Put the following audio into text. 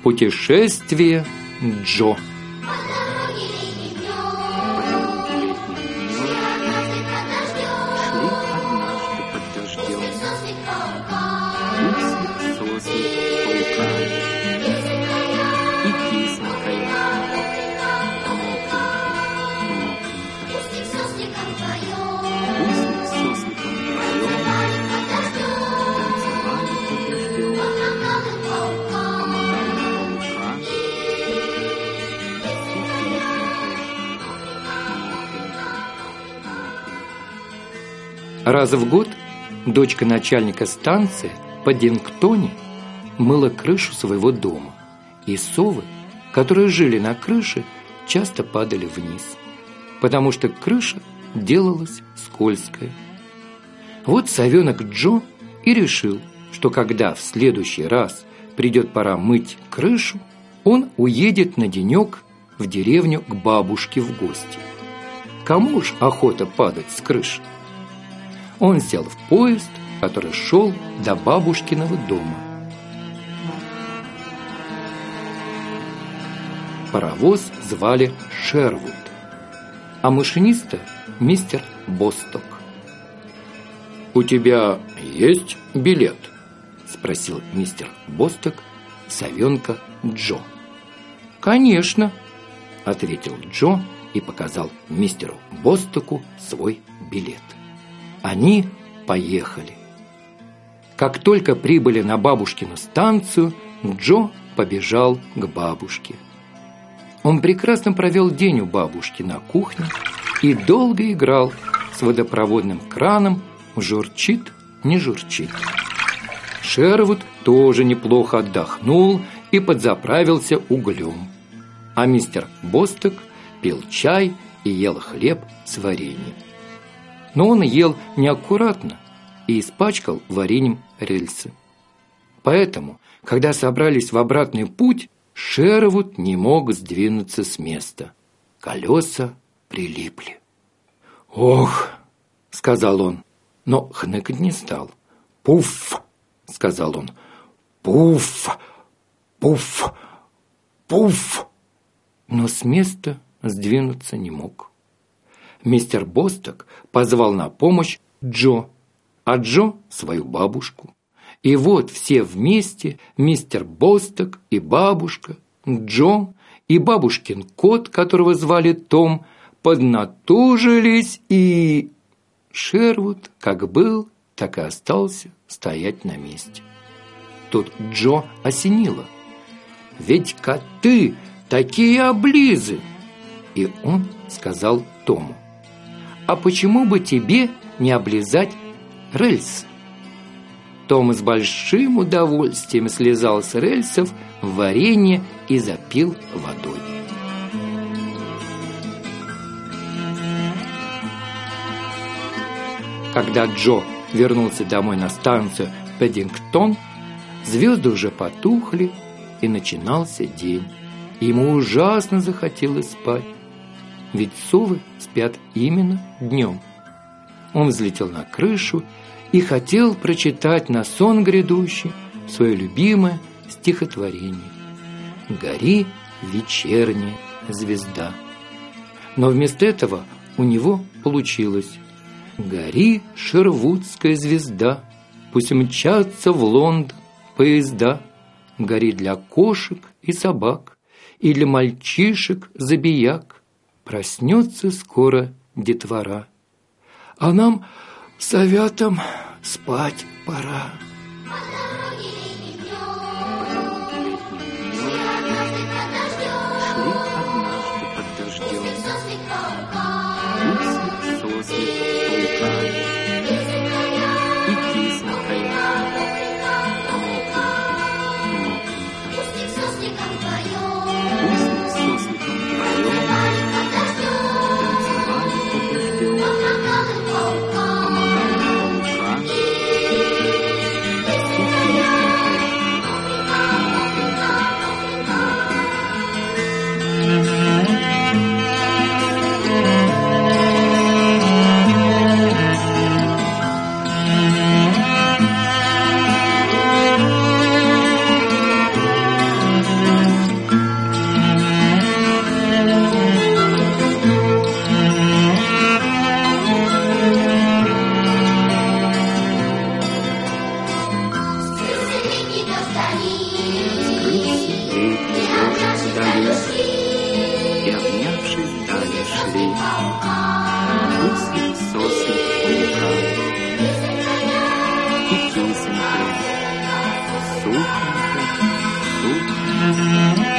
Путешествие Джо. Раз в год дочка начальника станции по Дингтоне мыла крышу своего дома, и совы, которые жили на крыше, часто падали вниз, потому что крыша делалась скользкая. Вот совенок Джо и решил, что когда в следующий раз придет пора мыть крышу, он уедет на денек в деревню к бабушке в гости. Кому ж охота падать с крыши? Он сел в поезд, который шел до бабушкиного дома. Паровоз звали Шервуд, а машиниста мистер Босток. «У тебя есть билет?» – спросил мистер Босток совенка Джо. «Конечно», – ответил Джо и показал мистеру Бостоку свой билет. Они поехали. Как только прибыли на бабушкину станцию, Джо побежал к бабушке. Он прекрасно провел день у бабушки на кухне и долго играл с водопроводным краном, журчит, не журчит. Шервуд тоже неплохо отдохнул и подзаправился углем. А мистер Босток пил чай и ел хлеб с вареньем. Но он ел неаккуратно и испачкал вареньем рельсы. Поэтому, когда собрались в обратный путь, Шервуд не мог сдвинуться с места. Колеса прилипли. «Ох!» – сказал он, но хныкать не стал. «Пуф!» – сказал он. «Пуф! Пуф! Пуф!» Но с места сдвинуться не мог. Мистер Босток позвал на помощь Джо, а Джо – свою бабушку. И вот все вместе, мистер Босток и бабушка, Джо и бабушкин кот, которого звали Том, поднатужились, и Шервуд как был, так и остался стоять на месте. Тут Джо осенило. «Ведь коты такие облизы!» И он сказал Тому: «А почему бы тебе не облизать рельс?» Том с большим удовольствием слезал с рельсов в варенье и запил водой. Когда Джо вернулся домой на станцию Пэддингтон, звезды уже потухли, и начинался день. Ему ужасно захотелось спать, ведь совы спят именно днем. Он взлетел на крышу и хотел прочитать на сон грядущий свое любимое стихотворение «Гори, вечерняя звезда». Но вместо этого у него получилось: «Гори, шервудская звезда, пусть мчатся в Лондон поезда, гори для кошек и собак, и для мальчишек-забияк. Проснется скоро детвора, а нам, совятам, спать пора». сухонько, сухонько.